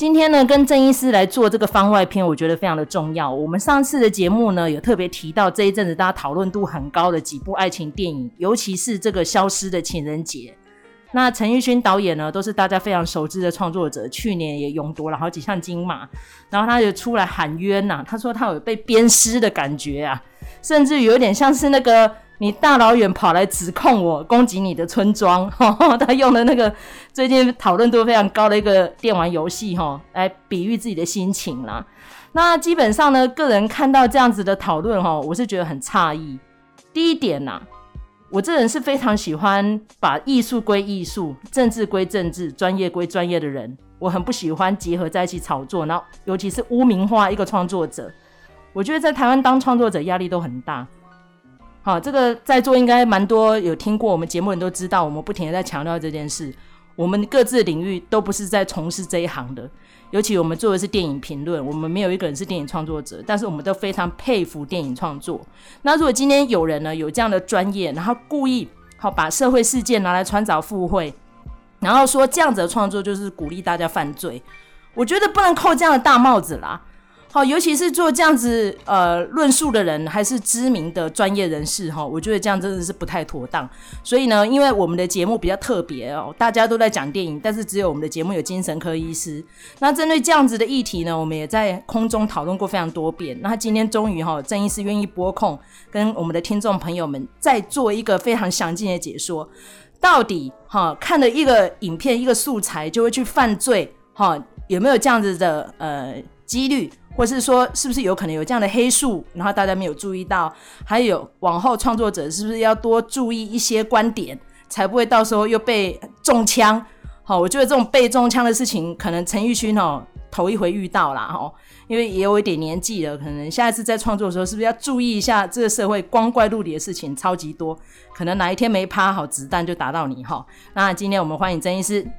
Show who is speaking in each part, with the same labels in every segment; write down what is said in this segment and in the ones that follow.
Speaker 1: 今天呢，跟郑医师来做这个番外篇，我觉得非常的重要。我们上次的节目呢，有特别提到这一阵子大家讨论度很高的几部爱情电影，尤其是这个《消失的情人节》。那陈玉勋导演呢，都是大家非常熟知的创作者，去年也勇夺了好几项金马，然后他就出来喊冤啊，他说他有被鞭尸的感觉啊，甚至有点像是那个你大老远跑来指控我攻击你的村庄，他用的那个最近讨论度非常高的一个电玩游戏来比喻自己的心情啦。那基本上呢，个人看到这样子的讨论我是觉得很诧异。第一点啊，我这人是非常喜欢把艺术归艺术，政治归政治，专业归专业的人。我很不喜欢结合在一起炒作，然后尤其是污名化一个创作者。我觉得在台湾当创作者压力都很大。好，这个在座应该蛮多有听过我们节目的人都知道，我们不停的在强调这件事。我们各自的领域都不是在从事这一行的，尤其我们做的是电影评论，我们没有一个人是电影创作者，但是我们都非常佩服电影创作。那如果今天有人呢有这样的专业，然后故意把社会事件拿来穿凿附会，然后说这样子的创作就是鼓励大家犯罪，我觉得不能扣这样的大帽子啦。好，尤其是做这样子论述的人还是知名的专业人士我觉得这样真的是不太妥当。所以呢，因为我们的节目比较特别大家都在讲电影，但是只有我们的节目有精神科医师。那针对这样子的议题呢，我们也在空中讨论过非常多遍。那今天终于郑医师愿意拨空跟我们的听众朋友们再做一个非常详尽的解说，到底看了一个影片一个素材就会去犯罪有没有这样子的几率，或是说是不是有可能有这样的黑数，然后大家没有注意到，还有往后创作者是不是要多注意一些观点，才不会到时候又被中枪。我觉得这种被中枪的事情可能陈玉勋头一回遇到啦，因为也有一点年纪了，可能下一次在创作的时候是不是要注意一下，这个社会光怪陆离的事情超级多，可能哪一天没趴好子弹就打到你。那今天我们欢迎曾医师。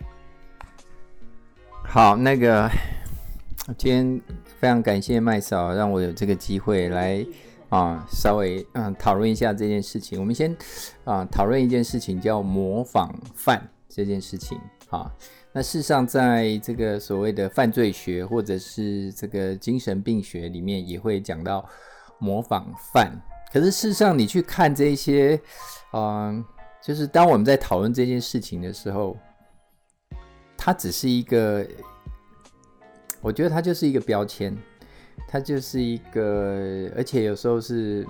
Speaker 2: 好，那个今天非常感谢麦嫂让我有这个机会来稍微讨论一下这件事情。我们先讨论一件事情，叫模仿犯这件事情。那事实上在这个所谓的犯罪学或者是这个精神病学里面也会讲到模仿犯。可是事实上你去看这些就是当我们在讨论这件事情的时候，它只是一个，我觉得它就是一个标签，它就是一个，而且有时候是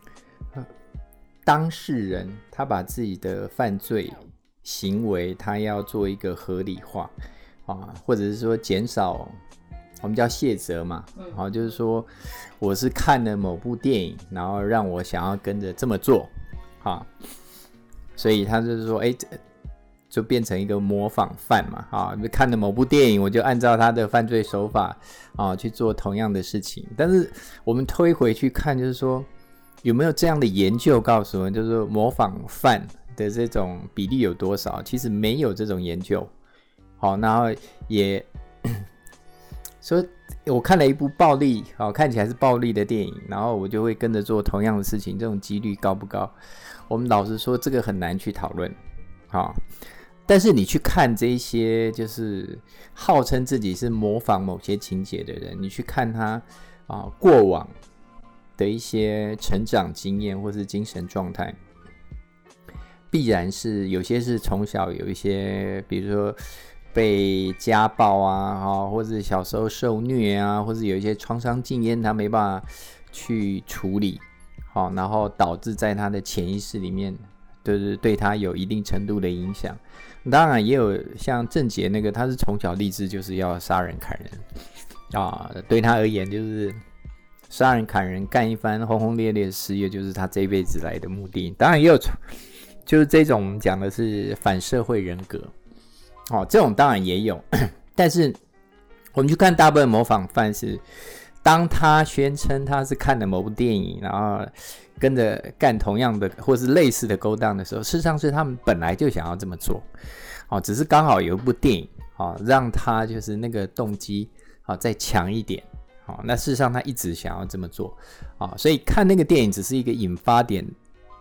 Speaker 2: 当事人他把自己的犯罪行为他要做一个合理化或者是说减少，我们叫卸责嘛，就是说我是看了某部电影，然后让我想要跟着这么做所以他就是说就变成一个模仿犯嘛看了某部电影，我就按照他的犯罪手法去做同样的事情。但是我们推回去看，就是说有没有这样的研究告诉我们，就是说模仿犯的这种比例有多少？其实没有这种研究。然后也说我看了一部暴力看起来是暴力的电影，然后我就会跟着做同样的事情，这种几率高不高？我们老实说这个很难去讨论但是你去看这些就是号称自己是模仿某些情节的人，你去看他过往的一些成长经验或是精神状态，必然是有些是从小有一些比如说被家暴或者小时候受虐或者有一些创伤经验他没办法去处理然后导致在他的潜意识里面对他有一定程度的影响。当然也有像郑捷那个，他是从小立志就是要杀人砍人对他而言就是杀人砍人干一番轰轰烈烈的事业，就是他这一辈子来的目的。当然也有就是这种我们讲的是反社会人格这种当然也有但是我们去看大部分模仿犯是当他宣称他是看了某部电影，然后跟着干同样的或是类似的勾当的时候，事实上是他们本来就想要这么做只是刚好有一部电影让他就是那个动机再强一点那事实上他一直想要这么做所以看那个电影只是一个引发点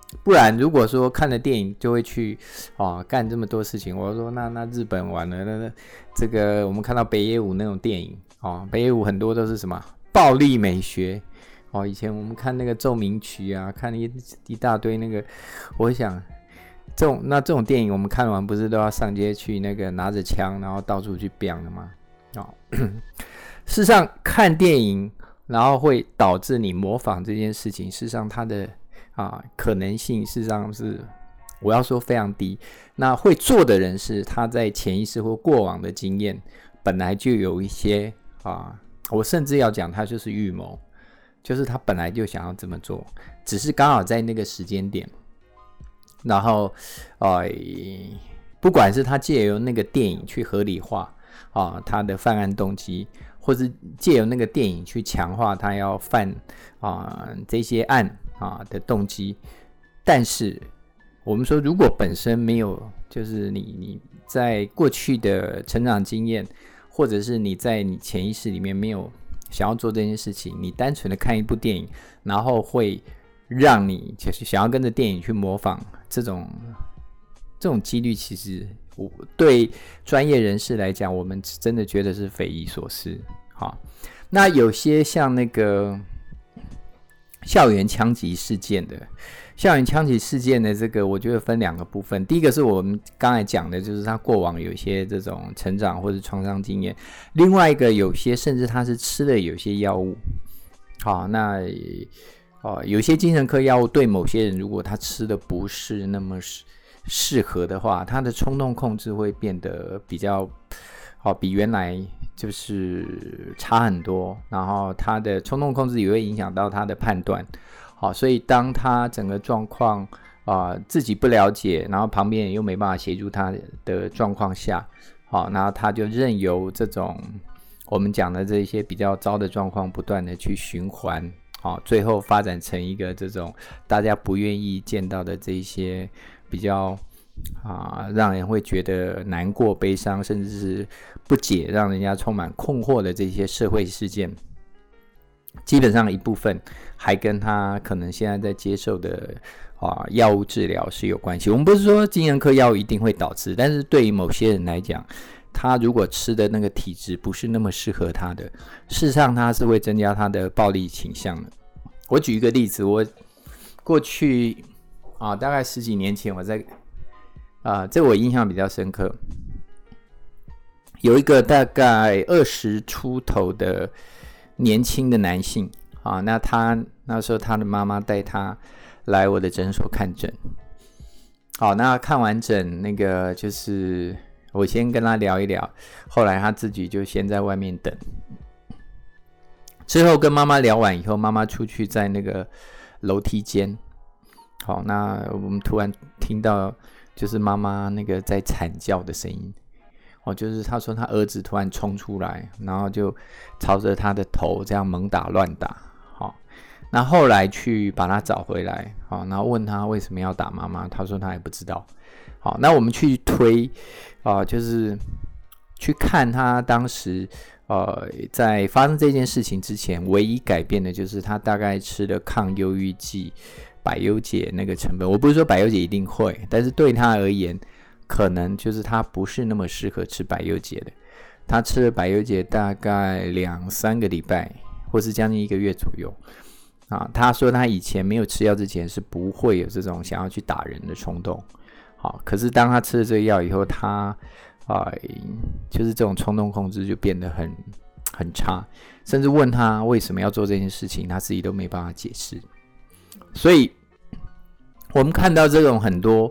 Speaker 2: 不然如果说看了电影就会去干这么多事情，我说那日本完了，那这个我们看到北野武那种电影北野武很多都是什么暴力美学以前我们看那个奏鸣曲啊，看一大堆那个，我想这种电影我们看完不是都要上街去那个拿着枪然后到处去飙的吗？事实上看电影然后会导致你模仿这件事情，事实上它的可能性事实上是我要说非常低。那会做的人是他在潜意识或过往的经验本来就有一些我甚至要讲他就是预谋，就是他本来就想要这么做，只是刚好在那个时间点，然后不管是他借由那个电影去合理化他的犯案动机，或是借由那个电影去强化他要犯这些案的动机。但是我们说如果本身没有，就是你在过去的成长经验，或者是你在你潜意识里面没有想要做这件事情，你单纯的看一部电影，然后会让你就是想要跟着电影去模仿，这种几率其实对专业人士来讲，我们真的觉得是匪夷所思。好，那有些像那个校园枪击事件的这个，我觉得分两个部分。第一个是我们刚才讲的，就是他过往有一些这种成长或者创伤经验；另外一个有些甚至他是吃了有些药物。好，那有些精神科药物对某些人，如果他吃的不是那么适合的话，他的冲动控制会变得比原来就是差很多，然后他的冲动控制也会影响到他的判断。好，所以当他整个状况自己不了解，然后旁边人又没办法协助他的状况下，好，然后他就任由这种我们讲的这些比较糟的状况不断的去循环，好，最后发展成一个这种大家不愿意见到的这些比较让人会觉得难过、悲伤，甚至是不解，让人家充满困惑的这些社会事件。基本上一部分还跟他可能现在在接受的药物治疗是有关系。我们不是说精神科药物一定会导致，但是对于某些人来讲，他如果吃的那个体质不是那么适合他的，事实上他是会增加他的暴力倾向的。我举一个例子，我过去大概10几年前，我在这我印象比较深刻，有一个大概20出头的年轻的男性那他那时候他的妈妈带他来我的诊所看诊。好，那看完诊，那个就是我先跟他聊一聊，后来他自己就先在外面等。之后跟妈妈聊完以后，妈妈出去在那个楼梯间，好，那我们突然听到就是妈妈那个在惨叫的声音。就是他说他儿子突然冲出来，然后就朝着他的头这样猛打乱打。好，那后来去把他找回来，好，然后问他为什么要打妈妈，他说他也不知道。好，那我们去推就是去看他当时在发生这件事情之前，唯一改变的就是他大概吃了抗忧郁剂百忧解那个成分。我不是说百忧解一定会，但是对他而言，可能就是他不是那么适合吃百忧解的。他吃了百忧解大概2-3个礼拜，或是将近1个月左右。他说他以前没有吃药之前是不会有这种想要去打人的冲动。好，可是当他吃了这个药以后，他就是这种冲动控制就变得很差，甚至问他为什么要做这件事情，他自己都没办法解释。所以我们看到这种很多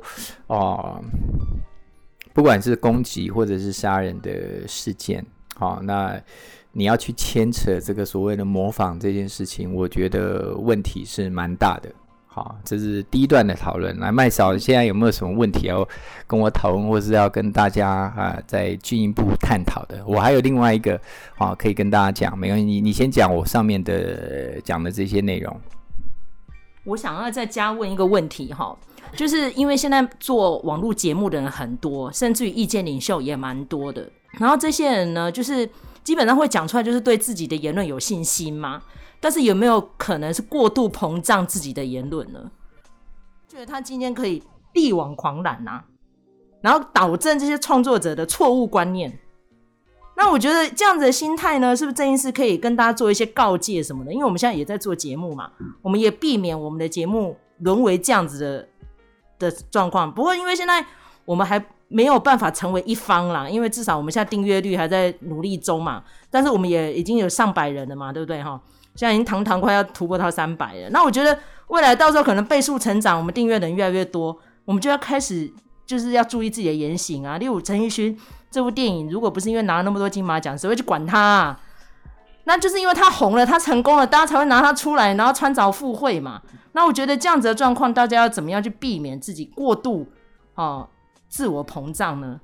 Speaker 2: 不管是攻击或者是杀人的事件，那你要去牵扯这个所谓的模仿这件事情，我觉得问题是蛮大的。好，这是第一段的讨论。来，麦嫂现在有没有什么问题要跟我讨论，或是要跟大家再进一步探讨的？我还有另外一个可以跟大家讲，没关系，你先讲我上面的讲的这些内容。
Speaker 1: 我想要再加问一个问题就是因为现在做网络节目的人很多，甚至于意见领袖也蛮多的，然后这些人呢，就是基本上会讲出来，就是对自己的言论有信心吗？但是有没有可能是过度膨胀自己的言论呢？ 觉得他今天可以力挽狂澜啊，然后导正这些创作者的错误观念。那我觉得这样子的心态呢，是不是郑医师可以跟大家做一些告诫什么的？因为我们现在也在做节目嘛，我们也避免我们的节目沦为这样子的状况。不过因为现在我们还没有办法成为一方啦，因为至少我们现在订阅率还在努力中嘛，但是我们也已经有上百人了嘛，对不对？现在已经堂堂快要突破到300了。那我觉得未来到时候可能倍数成长，我们订阅人越来越多，我们就要开始就是要注意自己的言行啊。例如陈奕迅这部电影，如果不是因为拿了那么多金马奖，谁会去管他啊？那就是因为他红了，他成功了，大家才会拿他出来，然后穿凿附会嘛。那我觉得这样子的状况，大家要怎么样去避免自己过度自我膨胀呢？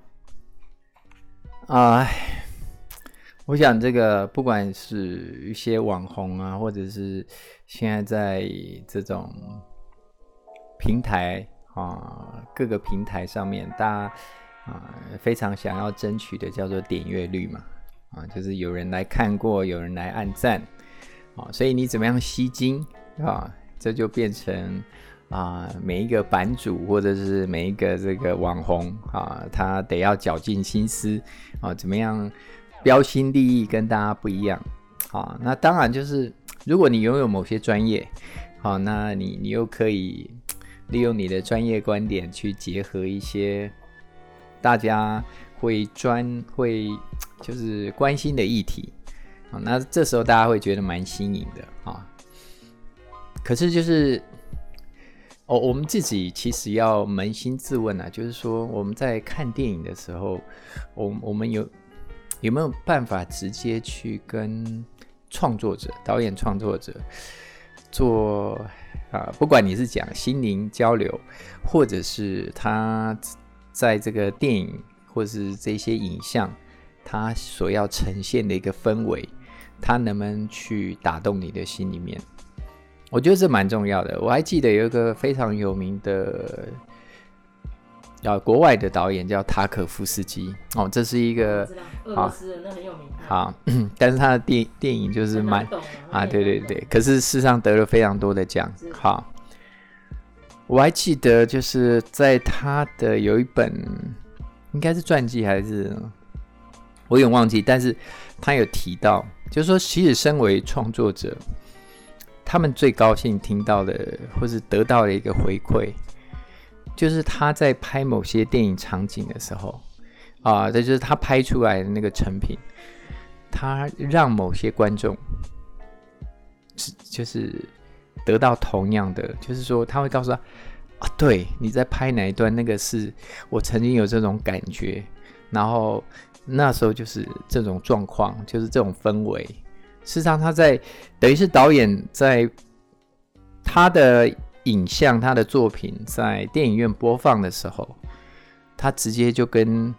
Speaker 2: 我想这个不管是一些网红啊，或者是现在在这种平台各个平台上面，大家非常想要争取的叫做点阅率嘛，就是有人来看过，有人来按赞，所以你怎么样吸睛这就变成每一个版主或者是每一个这个网红他得要绞尽心思怎么样标新立异跟大家不一样那当然就是如果你拥有某些专业那你又可以利用你的专业观点去结合一些大家会就是关心的议题那这时候大家会觉得蛮新颖的可是就是我们自己其实要扪心自问就是说我们在看电影的时候，我们有没有办法直接去跟创作者、导演创作者做不管你是讲心灵交流，或者是他在这个电影或是这些影像他所要呈现的一个氛围，他能不能去打动你的心里面，我觉得这蛮重要的。我还记得有一个非常有名的国外的导演叫塔可夫斯基这是一个
Speaker 1: 俄罗斯的那很有名
Speaker 2: 但是他的电影就是蛮对对对，可是事实上得了非常多的奖。我还记得就是在他的有一本应该是传记还是我有点忘记，但是他有提到就是说其实身为创作者，他们最高兴听到的或是得到的一个回馈，就是他在拍某些电影场景的时候这就是他拍出来的那个成品，他让某些观众就是得到同样的，就是说他会告诉他对，你在拍哪一段，那个是我曾经有这种感觉，然后那时候就是这种状况，就是这种氛围。事实上他在等于是导演在他的影像他的作品在电影院播放的时候，他直接就跟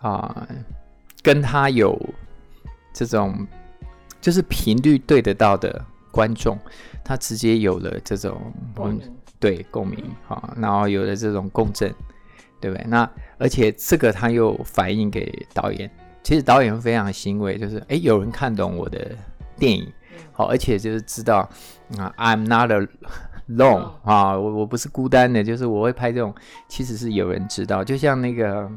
Speaker 2: 他有这种就是频率对得到的观众，他直接有了这种共鸣然后有了这种共振，对不对？那而且这个他又反映给导演，其实导演非常欣慰，就是有人看懂我的电影而且就是知道I'm not alone 我不是孤单的，就是我会拍这种其实是有人知道，就像那个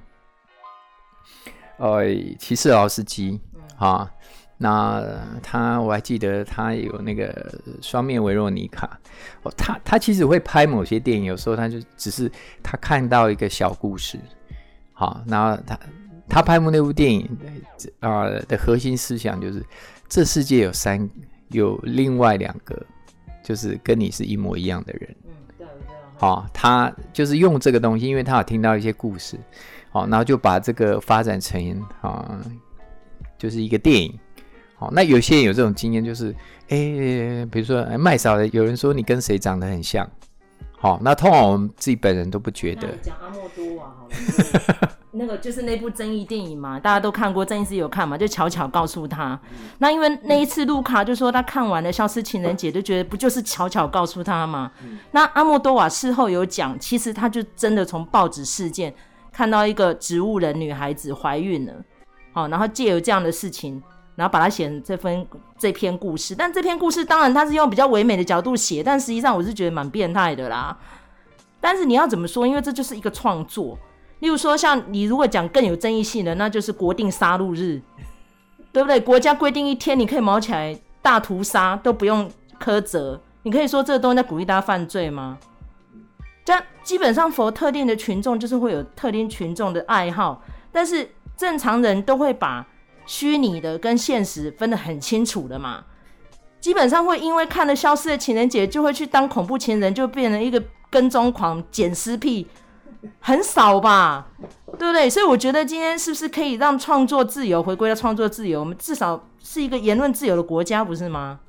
Speaker 2: 骑士劳斯基那我还记得他有那个双面维罗妮卡他其实会拍某些电影，有时候他就只是他看到一个小故事然后他拍那部电影的核心思想就是这世界有另外2个就是跟你是一模一样的人他就是用这个东西，因为他有听到一些故事然后就把这个发展成就是一个电影那有些人有这种经验，就是比如说麦嫂的有人说你跟谁长得很像那通常我们自己本人都不觉得。
Speaker 1: 讲阿莫多瓦好了那个就是那部争议电影嘛，大家都看过，郑医师有看嘛，就巧巧告诉他那因为那一次路卡就说他看完了消失情人节，就觉得不就是巧巧告诉他嘛那阿莫多瓦事后有讲，其实他就真的从报纸事件看到一个植物人女孩子怀孕了然后借由这样的事情，然后把它写成这篇故事。但这篇故事当然他是用比较唯美的角度写，但实际上我是觉得蛮变态的啦。 但是你要怎么说？因为这就是一个创作。例如说，像你如果讲更有争议性的，那就是国定杀戮日，对不对？国家规定一天你可以毛起来大屠杀都不用苛责，你可以说这个东西在鼓励大家犯罪吗？这样基本上佛特定的群众就是会有特定群众的爱好，但是正常人都会把虚拟的跟现实分得很清楚的嘛。基本上会因为看了消失的情人节就会去当恐怖情人，就变成一个跟踪狂捡尸癖，很少吧，对不对？所以我觉得今天是不是可以让创作自由回归到创作自由，我们至少是一个言论自由的国家，不是吗？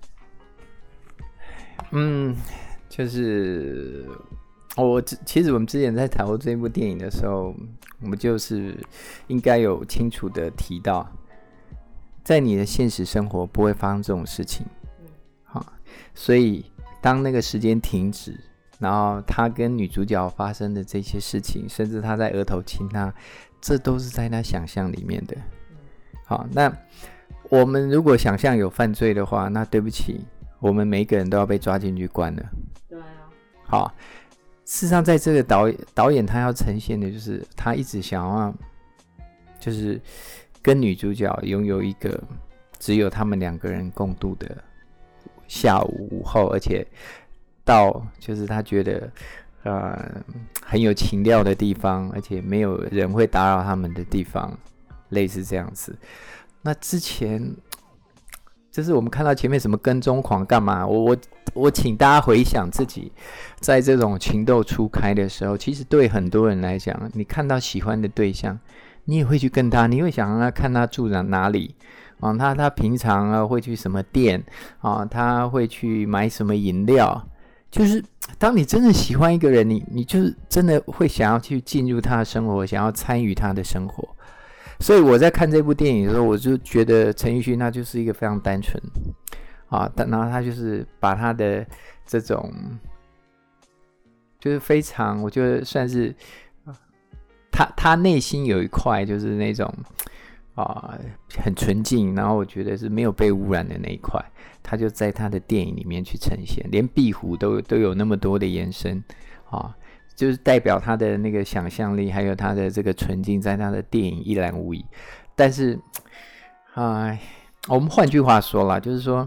Speaker 2: 就是其实我们之前在讨论这部电影的时候，我们就是应该有清楚的提到，在你的现实生活不会发生这种事情，所以当那个时间停止，然后他跟女主角发生的这些事情，甚至他在额头亲他，这都是在他想象里面的。好，那我们如果想象有犯罪的话，那对不起，我们每一个人都要被抓进去关了。
Speaker 1: 对啊。
Speaker 2: 好，事实上在这个导演他要呈现的就是他一直想要就是跟女主角拥有一个只有他们两个人共度的下午午后，而且到就是他觉得很有情调的地方，而且没有人会打扰他们的地方，类似这样子。那之前就是我们看到前面什么跟踪狂干嘛，我请大家回想自己在这种情窦初开的时候，其实对很多人来讲，你看到喜欢的对象，你也会去跟他，你会想让他看他住哪里他平常会去什么店他会去买什么饮料，就是当你真的喜欢一个人，你就是真的会想要去进入他的生活，想要参与他的生活。所以我在看这部电影的时候，我就觉得陈奕迅他就是一个非常单纯然后他就是把他的这种就是非常，我觉得算是他内心有一块就是那种很纯净，然后我觉得是没有被污染的那一块，他就在他的电影里面去呈现，连壁虎都有那么多的延伸就是代表他的那个想象力，还有他的这个纯净，在他的电影一览无遗。但是我们换句话说啦，就是说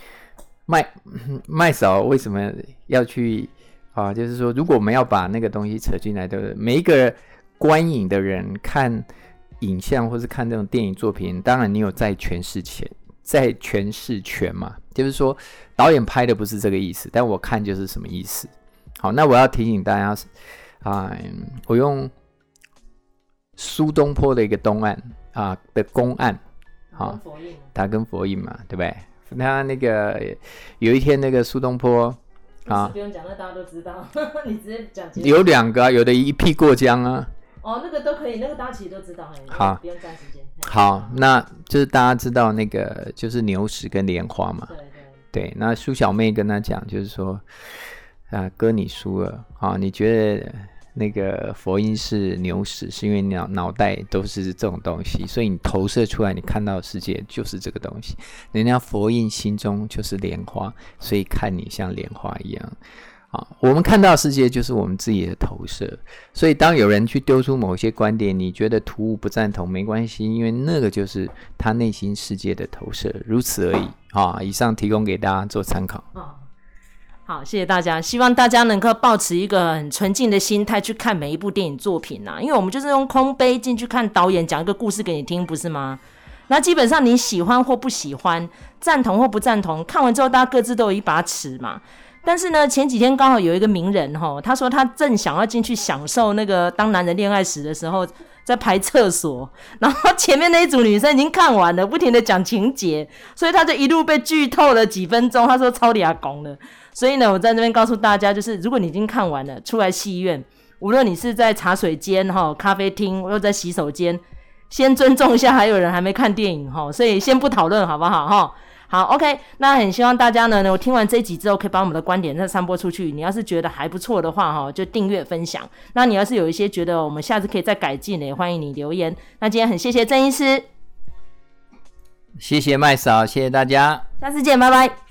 Speaker 2: 麦嫂为什么要去就是说如果我们要把那个东西扯进来，对不对？每一个观影的人看影像或是看这种电影作品，当然你有在诠释权嘛，就是说导演拍的不是这个意思，但我看就是什么意思。好，那我要提醒大家我用苏东坡的一个东岸的公案他跟佛印嘛，对不对？他那个有一天那个苏东坡
Speaker 1: 不用讲，那大家都知道你直接讲
Speaker 2: 有两个有的一屁过江
Speaker 1: 那个都可以，那个大家其实都知道，
Speaker 2: 好，
Speaker 1: 不用占时间。
Speaker 2: 好，那就是大家知道那个就是牛屎跟莲花嘛，对，那苏小妹跟他讲，就是说哥你输了你觉得那个佛印是牛屎，是因为你脑袋都是这种东西，所以你投射出来你看到的世界就是这个东西。人家佛印心中就是莲花，所以看你像莲花一样我们看到的世界就是我们自己的投射。所以当有人去丢出某些观点，你觉得突兀不赞同没关系，因为那个就是他内心世界的投射，如此而已以上提供给大家做参考
Speaker 1: 好，谢谢大家，希望大家能够抱持一个很纯净的心态去看每一部电影作品因为我们就是用空杯进去看导演讲一个故事给你听，不是吗？那基本上你喜欢或不喜欢，赞同或不赞同，看完之后大家各自都有一把尺嘛。但是呢，前几天刚好有一个名人他说他正想要进去享受那个当男人恋爱时的时候，在排厕所，然后前面那一组女生已经看完了，不停的讲情节，所以他就一路被剧透了几分钟，他说超俩公了。所以呢，我在这边告诉大家，就是如果你已经看完了，出来戏院，无论你是在茶水间、咖啡厅，或者在洗手间，先尊重一下还有人还没看电影所以先不讨论好不好好 OK， 那很希望大家呢，我听完这一集之后可以把我们的观点再散播出去。你要是觉得还不错的话就订阅分享。那你要是有一些觉得我们下次可以再改进的，也欢迎你留言。那今天很谢谢郑医师，
Speaker 2: 谢谢麦嫂，谢谢大家，
Speaker 1: 下次见，拜拜。